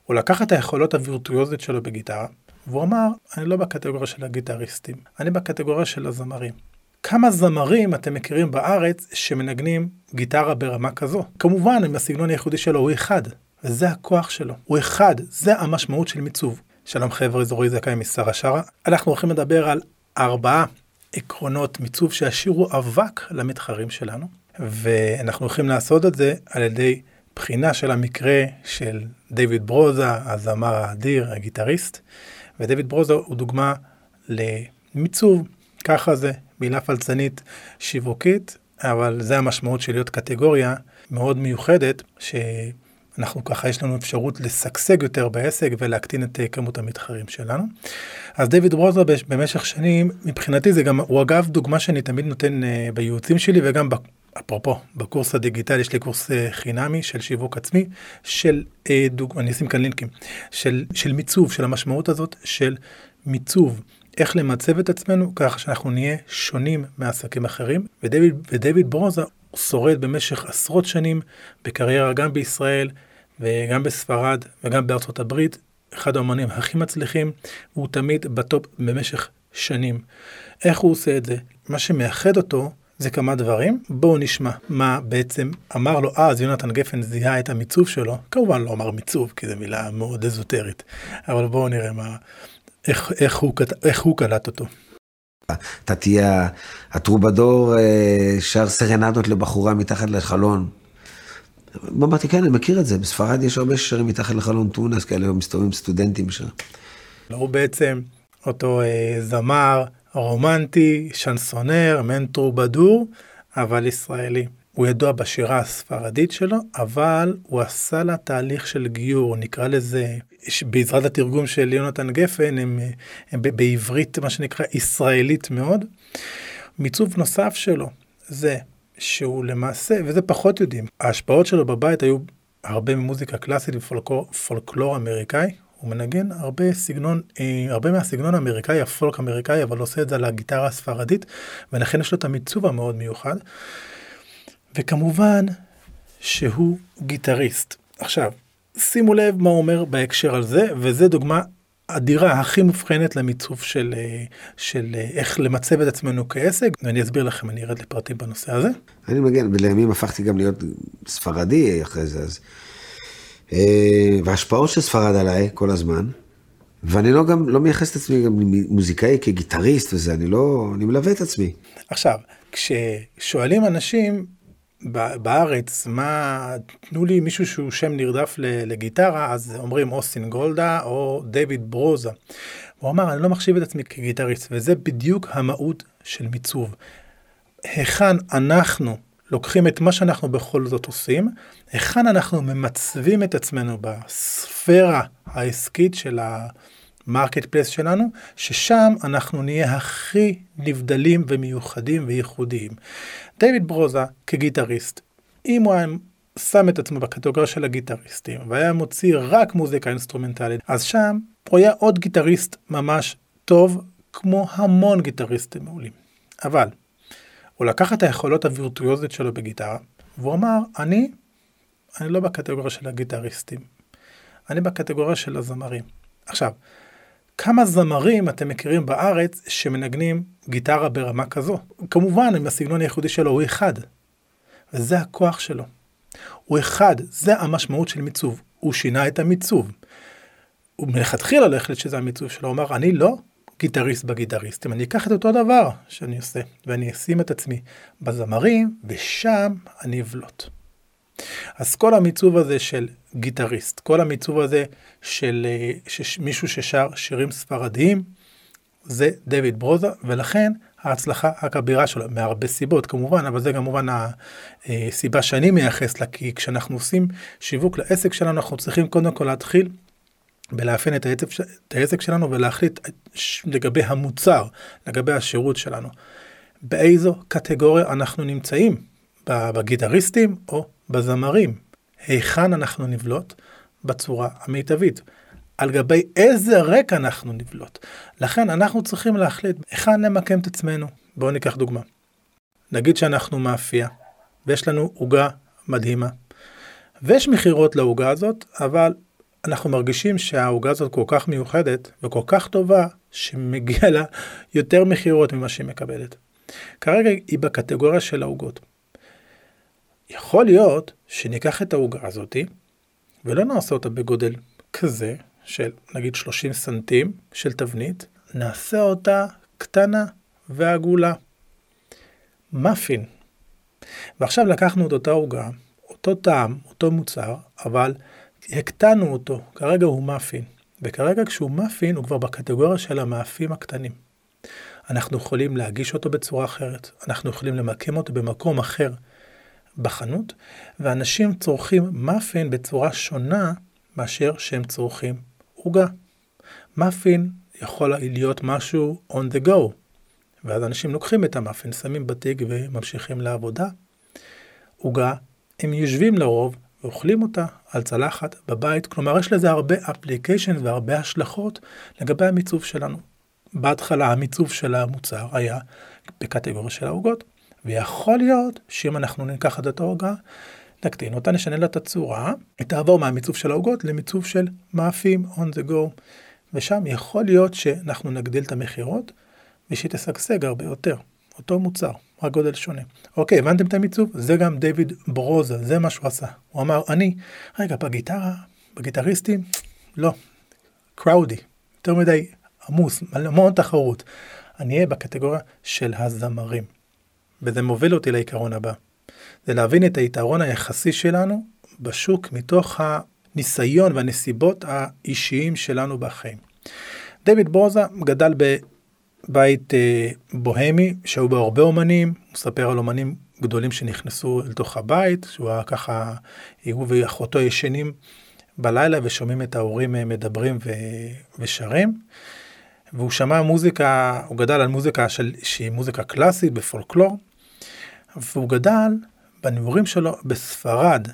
הוא לקח את היכולות הווירטואוזיות שלו בגיטרה, והוא אמר, אני לא בקטגוריה של הגיטריסטים, אני בקטגוריה של הזמרים. כמה זמרים אתם מכירים בארץ שמנגנים גיטרה ברמה כזו? כמובן, עם הסגנון הייחודי שלו הוא אחד, וזה הכוח שלו. הוא אחד, זה המשמעות של מיצוב. שלום חבר'ה, רועי זכאי משרה שרה. אנחנו הולכים לדבר על 4 עקרונות מיצוב שהשאירו אבק למתחרים שלנו, ואנחנו הולכים לעשות את זה על ידי בחינה של המקרה של דיוויד ברוזה, הזמר האדיר, הגיטריסט, ודייוויד ברוזה הוא דוגמה למיצוב, ככה זה, מילה פלצנית שיווקית, אבל זה המשמעות של להיות קטגוריה מאוד מיוחדת, שאנחנו ככה יש לנו אפשרות לסגסג יותר בעסק ולהקטין את כמות המתחרים שלנו. אז דיוויד ברוזה במשך שנים, מבחינתי זה גם, הוא אגב דוגמה שאני תמיד נותן בייעוצים שלי, וגם אפרופו, בקורס הדיגיטלי יש לי קורס חינמי של שיווק עצמי, אני אשים כאן לינקים, של מיצוב, של המשמעות הזאת של מיצוב, איך למצב את עצמנו כך שאנחנו נהיה שונים מעסקים אחרים, ודייוויד ברוזה הוא שורד במשך עשרות שנים בקריירה גם בישראל וגם בספרד וגם בארצות הברית, אחד האמנים הכי מצליחים, הוא תמיד בטופ במשך שנים. איך הוא עושה את זה? מה שמאחד אותו זה כמה דברים. בואו נשמע מה בעצם אמר לו אז יונתן גפן זיהה את המיצוב שלו. כמובן לא אמר מיצוב, כי זו מילה מאוד אזוטרית. אבל בואו נראה איך הוא קלט אותו. אתה תהיה הטרובדור שר סרנדות לבחורה מתחת לחלון. אמרתי, כן, אני מכיר את זה. בספרד יש הרבה שרים מתחת לחלון טונס, כאלה מסתובבים סטודנטים שם. הוא בעצם אותו זמר רומנטי, שנסונר, מן טרובדור, אבל ישראלי. הוא ידוע בשירה הספרדית שלו, אבל הוא עשה לה תהליך של גיור, נקרא לזה, בעזרת התרגום של יונתן גפן, הם בעברית מה שנקרא ישראלית מאוד. מיצוב נוסף שלו זה שהוא למעשה, וזה פחות יודעים, ההשפעות שלו בבית היו הרבה ממוזיקה קלאסית ופולקלור אמריקאי, הוא מנגן הרבה מהסגנון האמריקאי, הפולק אמריקאי, אבל עושה את זה על הגיטרה הספרדית, ולכן יש לו את המיצוב המאוד מיוחד. וכמובן שהוא גיטריסט. עכשיו, שימו לב מה הוא אומר בהקשר על זה, וזה דוגמה אדירה, הכי מובחנת למיצוב של איך למצב את עצמנו כעסק, ואני אסביר לכם, אני ארד לפרטים בנושא הזה. אני מגן, ולימים הפכתי גם להיות ספרדי אחרי זה, אז וההשפעות של ספרד עליי כל הזמן, ואני לא מייחס את עצמי גם מוזיקאי כגיטריסט וזה, אני מלווה את עצמי. עכשיו, כששואלים אנשים בארץ, תנו לי מישהו שהוא שם נרדף לגיטרה, אז אומרים אוסטין גולדה או דיוויד ברוזה. הוא אמר, אני לא מחשיב את עצמי כגיטריסט, וזה בדיוק המהות של מיצוב. היכן אנחנו לוקחים את מה שאנחנו בכל זאת עושים, היכן אנחנו ממצבים את עצמנו בספירה העסקית של המרקט פלייס שלנו, ששם אנחנו נהיה הכי נבדלים ומיוחדים וייחודיים. דיוויד ברוזה כגיטריסט, אם הוא היה שם את עצמו בקטגוריה של הגיטריסטים, והיה מוציא רק מוזיקה אינסטרומנטלית, אז שם הוא היה עוד גיטריסט ממש טוב, כמו המון גיטריסטים מעולים. אבל הוא לקח את היכולות הווירטואוזיות שלו בגיטרה, והוא אמר, אני לא בקטגוריה של הגיטריסטים, אני בקטגוריה של הזמרים. עכשיו, כמה זמרים אתם מכירים בארץ שמנגנים גיטרה ברמה כזו? כמובן, עם הסגנון הייחודי שלו הוא אחד, וזה הכוח שלו. הוא אחד, זה המשמעות של מיצוב. הוא שינה את המיצוב. הוא מלכתחילה לא החליט שזה המיצוב שלו, הוא אמר, אני לא גיטריסט בגיטריסטים, אני אקח את אותו דבר שאני עושה, ואני אשים את עצמי בזמרים, ושם אני אבלוט. אז כל המיצוב הזה של גיטריסט, כל המיצוב הזה של מישהו ששר שירים ספרדיים, זה דיוויד ברוזה, ולכן ההצלחה הכבירה שלו, מהרבה סיבות כמובן, אבל זה גם כמובן הסיבה שאני מייחס לה, כי כשאנחנו עושים שיווק לעסק שלנו, אנחנו צריכים קודם כל להתחיל בלאפיין את העסק שלנו, ולהחליט לגבי המוצר, לגבי השירות שלנו. באיזו קטגוריה אנחנו נמצאים? בגיטריסטים או בזמרים? היכן אנחנו נבלוט? בצורה המיטבית. על גבי איזה רקע אנחנו נבלוט. לכן אנחנו צריכים להחליט היכן נמקם את עצמנו. בואו ניקח דוגמה. נגיד שאנחנו מאפייה, ויש לנו עוגה מדהימה. ויש מחירות לעוגה הזאת, אבל אנחנו מרגישים שהעוגה הזאת כל כך מיוחדת וכל כך טובה, שמגיע לה יותר מחירות ממה שהיא מקבלת. כרגע היא בקטגוריה של העוגות. יכול להיות שניקח את העוגה הזאת, ולא נעשה אותה בגודל כזה, של נגיד 30 סנטים של תבנית, נעשה אותה קטנה ועגולה. מאפין. ועכשיו לקחנו את אותה עוגה, אותו טעם, אותו מוצר, אבל הקטנו אותו, כרגע הוא מאפין. וכרגע כשהוא מאפין, הוא כבר בקטגוריה של המאפים הקטנים. אנחנו יכולים להגיש אותו בצורה אחרת, אנחנו יכולים למקם אותו במקום אחר בחנות, ואנשים צורכים מאפין בצורה שונה מאשר שהם צורכים עוגה. מאפין יכול להיות משהו on the go, ואז אנשים לוקחים את המאפין, שמים בתיק וממשיכים לעבודה. עוגה, הם יושבים לרוב ואוכלים אותה על צלחת בבית, כלומר יש לזה הרבה אפליקיישן והרבה השלכות לגבי המיצוב שלנו. בהתחלה המיצוב של המוצר היה בקטגוריה של העוגות, ויכול להיות שאם אנחנו ניקח את העוגה, נקטין אותה, נשנה לה את הצורה, היא תעבור מהמיצוב של העוגות למיצוב של מאפים on the go, ושם יכול להיות שאנחנו נגדיל את המחירות, ושהיא תשגשג הרבה יותר. אותו מוצר, רק גודל שונה. אוקיי, הבנתם את המיצוב? זה גם דיוויד ברוזה, זה מה שהוא עשה. הוא אמר, רגע, בגיטריסטים, לא, קראודי, יותר מדי עמוס, המון תחרות. אני אהיה בקטגוריה של הזמרים. וזה מוביל אותי לעיקרון הבא. זה להבין את היתרון היחסי שלנו בשוק מתוך הניסיון והנסיבות האישיים שלנו בחיים. דיוויד ברוזה גדל בבית בוהמי, שהיו בו הרבה אומנים, הוא מספר על אומנים גדולים שנכנסו אל תוך הבית, שהוא היה ככה, הוא ואחותו ישנים בלילה ושומעים את ההורים מדברים ושרים, והוא שמע מוזיקה, הוא גדל על מוזיקה שהיא מוזיקה קלאסית בפולקלור, והוא גדל בנעורים שלו בספרד.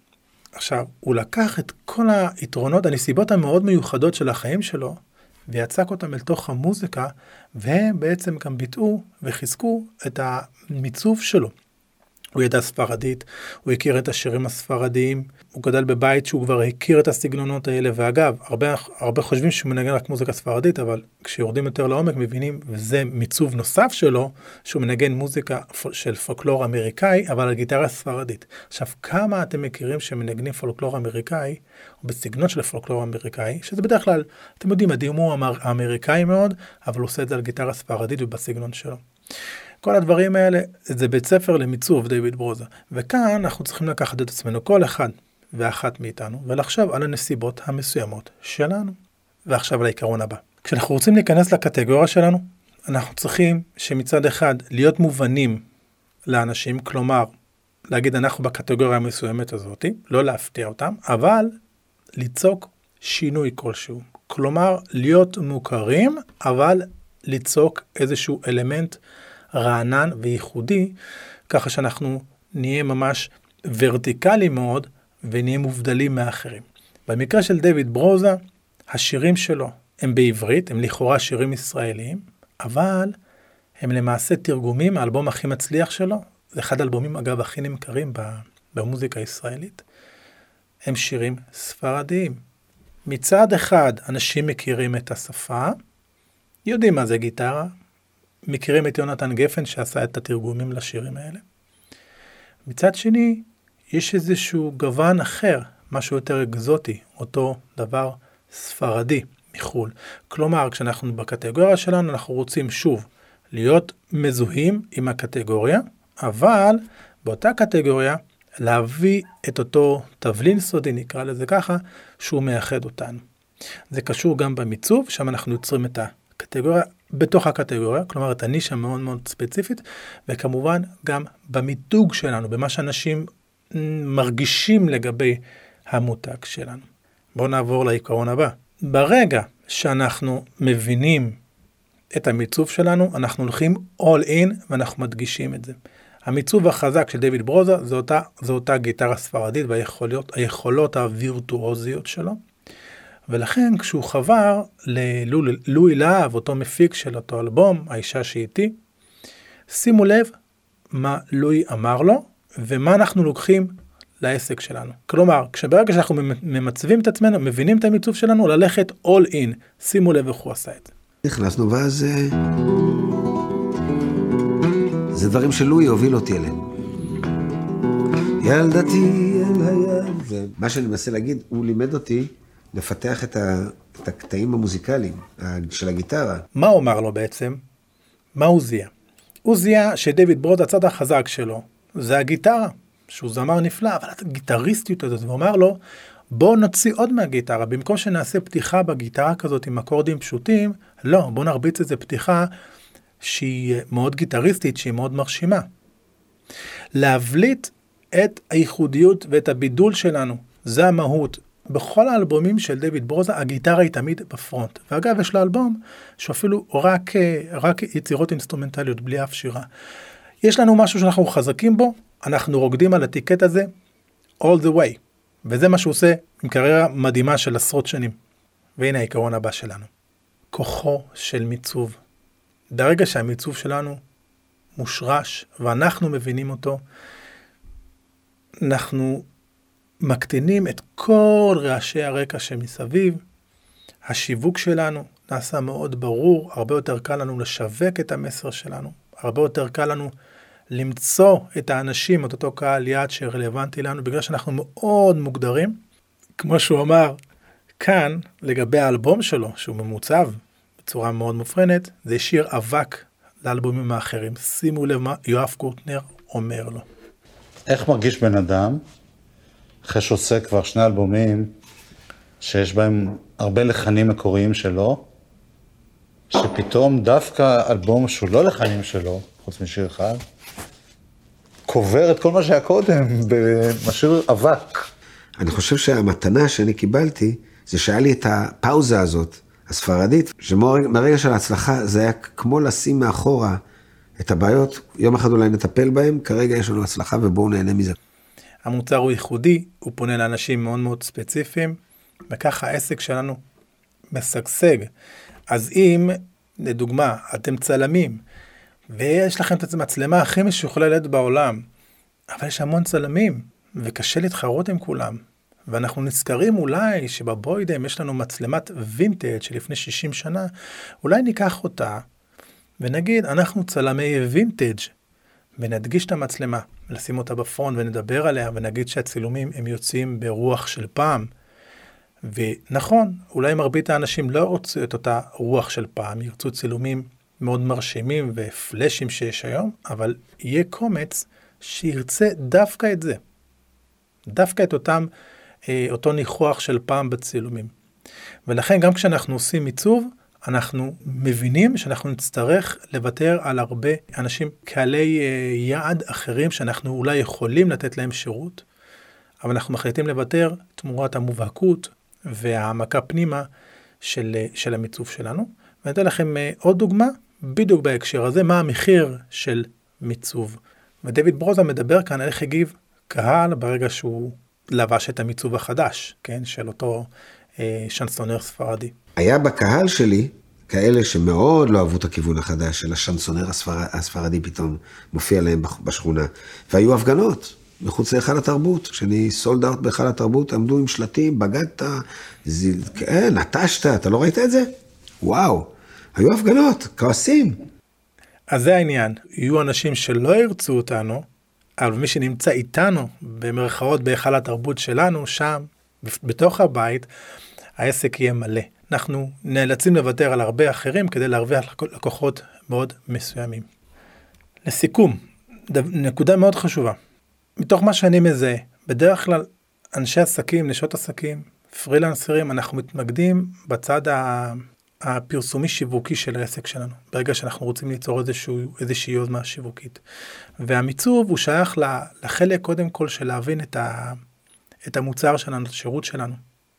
עכשיו, הוא לקח את כל היתרונות, הנסיבות המאוד מיוחדות של החיים שלו, ויצק אותם אל תוך המוזיקה, והם בעצם גם ביטאו וחיזקו את המיצוב שלו. הוא ידע ספרדית, הוא הכיר את השירים הספרדיים, הוא גדל בבית שהוא כבר הכיר את הסגנונות האלה, ואגב, הרבה חושבים שהוא מנגן רק מוזיקה ספרדית, אבל כשיורדים יותר לעומק מבינים, וזה מיצוב נוסף שלו, שהוא מנגן מוזיקה של פולקלור אמריקאי, אבל על גיטרה ספרדית. עכשיו, כמה אתם מכירים שמנגנים פולקלור אמריקאי, או בסגנון של פולקלור אמריקאי, שזה בדרך כלל, אתם יודעים, הדימו אמריקאי מאוד, אבל הוא עושה את זה על גיטרה ספרדית ובסגנון שלו. כל הדברים האלה, זה בית ספר למיצוב דיוויד ברוזה. וכאן אנחנו צריכים לקחת את עצמנו, כל אחד ואחת מאיתנו, ולחשוב על הנסיבות המסוימות שלנו. ועכשיו לעיקרון הבא. כשאנחנו רוצים להיכנס לקטגוריה שלנו, אנחנו צריכים שמצד אחד להיות מובנים לאנשים, כלומר, להגיד אנחנו בקטגוריה המסוימת הזאת, לא להפתיע אותם, אבל ליצוק שינוי כלשהו. כלומר, להיות מוכרים, אבל ליצוק איזשהו אלמנט רענן וייחודי, ככה שאנחנו נהיה ממש ורטיקלי מאוד, ונהיה מובדלים מאחרים. במקרה של דיוויד ברוזה, השירים שלו הם בעברית, הם לכאורה שירים ישראליים, אבל הם למעשה תרגומים, האלבום הכי מצליח שלו, זה אחד האלבומים אגב הכי נמכרים במוזיקה הישראלית, הם שירים ספרדיים. מצד אחד, אנשים מכירים את השפה, יודעים מה זה גיטרה, מכירים את יונתן גפן שעשה את התרגומים לשירים האלה. מצד שני, יש איזשהו גוון אחר, משהו יותר אקזוטי, אותו דבר ספרדי מחול. כלומר, כשאנחנו בקטגוריה שלנו, אנחנו רוצים שוב להיות מזוהים עם הקטגוריה, אבל באותה קטגוריה להביא את אותו תבלין סודי, נקרא לזה ככה, שהוא מייחד אותנו. זה קשור גם במיצוב, שם אנחנו יוצרים את הקטגוריה, בתוך הקטגוריה, כלומר את הנישה מאוד מאוד ספציפית, וכמובן גם במיתוג שלנו, במה שאנשים מרגישים לגבי המותג שלנו. בואו נעבור לעיקרון הבא. ברגע שאנחנו מבינים את המיצוב שלנו, אנחנו הולכים all in ואנחנו מדגישים את זה. המיצוב החזק של דיוויד ברוזה זו אותה גיטרה ספרדית והיכולות הווירטואוזיות שלו. ולכן כשהוא חבר ללואי להב, אותו מפיק של אותו אלבום, האישה שאיתי, שימו לב מה לואי אמר לו, ומה אנחנו לוקחים לעסק שלנו. כלומר, ברגע שאנחנו ממצבים את עצמנו, מבינים את המיצוב שלנו, ללכת all in. שימו לב איך הוא עשה את זה. נכנסנו, ואז זה דברים שלואי הוביל אותי אליהם. ילדתי אל היד. מה שאני מנסה להגיד, הוא לימד אותי לפתח את הקטעים המוזיקליים של הגיטרה. מה הוא אמר לו בעצם? מה הוא זיהה? הוא זיהה שדויד ברוז, הצד החזק שלו, זה הגיטרה, שהוא זמר נפלא, אבל הגיטריסטיות הזאת, הוא אמר לו, בואו נוציא עוד מהגיטרה, במקום שנעשה פתיחה בגיטרה כזאת עם אקורדים פשוטים, לא, בואו נרביץ איזה פתיחה שהיא מאוד גיטריסטית, שהיא מאוד מרשימה. להבליט את הייחודיות ואת הבידול שלנו, זה המהות. בכל האלבומים של דויד ברוזה, הגיטרה היא תמיד בפרונט. ואגב, יש לו אלבום שהוא אפילו רק יצירות אינסטרומנטליות, בלי אף שירה. יש לנו משהו שאנחנו חזקים בו, אנחנו רוקדים על הטיקט הזה, all the way. וזה מה שהוא עושה עם קריירה מדהימה של עשרות שנים. והנה העיקרון הבא שלנו. כוחו של מיצוב. ברגע שהמיצוב שלנו מושרש, ואנחנו מבינים אותו, אנחנו מקטינים את כל רעשי הרקע שמסביב. השיווק שלנו נעשה מאוד ברור, הרבה יותר קל לנו לשווק את המסר שלנו, הרבה יותר קל לנו למצוא את האנשים, את אותו קהל יעד שרלוונטי לנו, בגלל שאנחנו מאוד מוגדרים. כמו שהוא אמר כאן, לגבי האלבום שלו, שהוא ממוצב בצורה מאוד מופרנת, זה שיר אבק לאלבומים האחרים. שימו לב מה יואב קוטנר אומר לו. איך מרגיש בן אדם, אחרי שעושה כבר 2 אלבומים, שיש בהם הרבה לחנים מקוריים שלו, שפתאום דווקא אלבום שהוא לא לחנים שלו, חוץ משיר אחד, קובר את כל מה שהיה קודם במשיר אבק. אני חושב שהמתנה שאני קיבלתי, זה שהיה לי את הפאוזה הזאת, הספרדית, שמהרגע של ההצלחה זה היה כמו לשים מאחורה את הבעיות, יום אחד אולי נטפל בהם, כרגע יש לנו הצלחה ובואו נהנה מזה. המוצר הוא ייחודי, הוא פונה לאנשים מאוד מאוד ספציפיים, וככה העסק שלנו משגשג. אז אם, לדוגמה, אתם צלמים, ויש לכם את המצלמה הכי משוכללת בעולם, אבל יש המון צלמים, וקשה להתחרות עם כולם, ואנחנו נזכרים אולי שבבוידם יש לנו מצלמת וינטג' שלפני 60 שנה, אולי ניקח אותה, ונגיד, אנחנו צלמי וינטג' ונדגיש את המצלמה, לשים אותה בפרונט ונדבר עליה, ונגיד שהצילומים הם יוצאים ברוח של פעם. ונכון, אולי מרבית האנשים לא רוצים את אותה רוח של פעם, ירצו צילומים מאוד מרשימים ופלשים שיש היום, אבל יהיה קומץ שירצה דווקא את זה. דווקא את אותו ניחוח של פעם בצילומים. ולכן גם כשאנחנו עושים מיצוב, אנחנו מבינים שאנחנו נצטרך לוותר על הרבה אנשים קהלי יעד אחרים שאנחנו אולי יכולים לתת להם שירות, אבל אנחנו מחליטים לוותר תמורת המובהקות והעמקה פנימה של המיצוב שלנו. ואני אתן לכם עוד דוגמה, בדיוק בהקשר הזה, מה המחיר של מיצוב. ודויד ברוזה מדבר כאן על איך הגיב קהל ברגע שהוא לבש את המיצוב החדש, כן, של אותו שנסונר ספרדי. היה בקהל שלי כאלה שמאוד לא אהבו את הכיוון החדש של השנסונר הספרדי פתאום מופיע להם בשכונה. והיו הפגנות מחוץ להיכל התרבות. כשאני סולד אאוט בהיכל התרבות, עמדו עם שלטים, בגדת, נטשת, אתה לא ראית את זה? וואו, היו הפגנות, כועסים. אז זה העניין. יהיו אנשים שלא ירצו אותנו, אבל מי שנמצא איתנו במרכאות בהיכל התרבות שלנו, שם, בתוך הבית, העסק יהיה מלא. אנחנו נאלצים לוותר על הרבה אחרים כדי להרוויח לקוחות מאוד מסוימים. לסיכום, נקודה מאוד חשובה. מתוך מה שאני מזהה, בדרך כלל אנשי עסקים, נשות עסקים, פרילנסרים, אנחנו מתמקדים בצד הפרסומי שיווקי של העסק שלנו. ברגע שאנחנו רוצים ליצור איזושהי יוזמה שיווקית. והמיצוב הוא שייך לחלק קודם כל של להבין את המוצר שלנו, את השירות שלנו.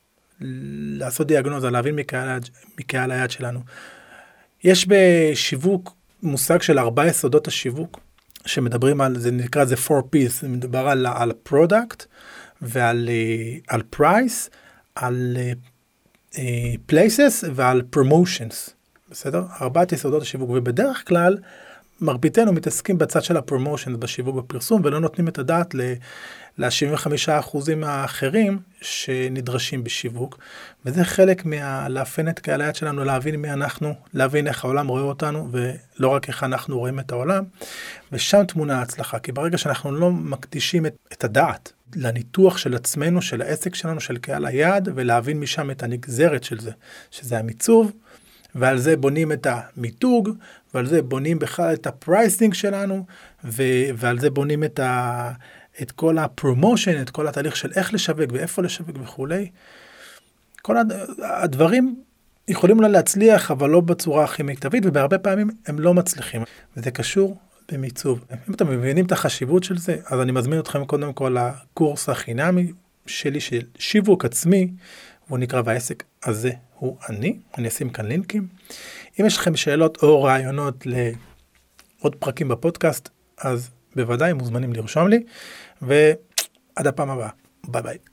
לעשות דיאגנוזה, להבין מקהל היעד שלנו. יש בשיווק מושג של 4 יסודות השיווק, שמדברים על, זה נקרא זה 4P's, זה מדבר על product, ועל price, על places, ועל promotions. בסדר? 4 יסודות השיווק, ובדרך כלל, מרביתנו מתעסקים בצד של הפרומושן, בשיווק בפרסום, ולא נותנים את הדעת ל-75% האחרים שנדרשים בשיווק, וזה חלק לאפן את קהל היעד שלנו, להבין מי אנחנו, להבין איך העולם רואה אותנו, ולא רק איך אנחנו רואים את העולם, ושם תמונה ההצלחה, כי ברגע שאנחנו לא מקדישים את הדעת לניתוח של עצמנו, של העסק שלנו, של קהל היעד, ולהבין משם את הנגזרת של זה, שזה המיצוב, ועל זה בונים את המיתוג, ועל זה בונים בכלל את הפרייסינג שלנו, ועל זה בונים את כל הפרומושן, את כל התהליך של איך לשווק ואיפה לשווק וכולי. כל הדברים יכולים לה להצליח, אבל לא בצורה הכי מיטבית, ובהרבה פעמים הם לא מצליחים. וזה קשור במיצוב. אם אתם מבינים את החשיבות של זה, אז אני מזמין אתכם קודם כל לקורס החינמי שלי של שיווק עצמי, והוא נקרא והעסק הזה הוא אני אשים כאן לינקים. אם יש לכם שאלות או רעיונות לעוד פרקים בפודקאסט, אז בוודאי מוזמנים לרשום לי, ועד הפעם הבאה. ביי ביי.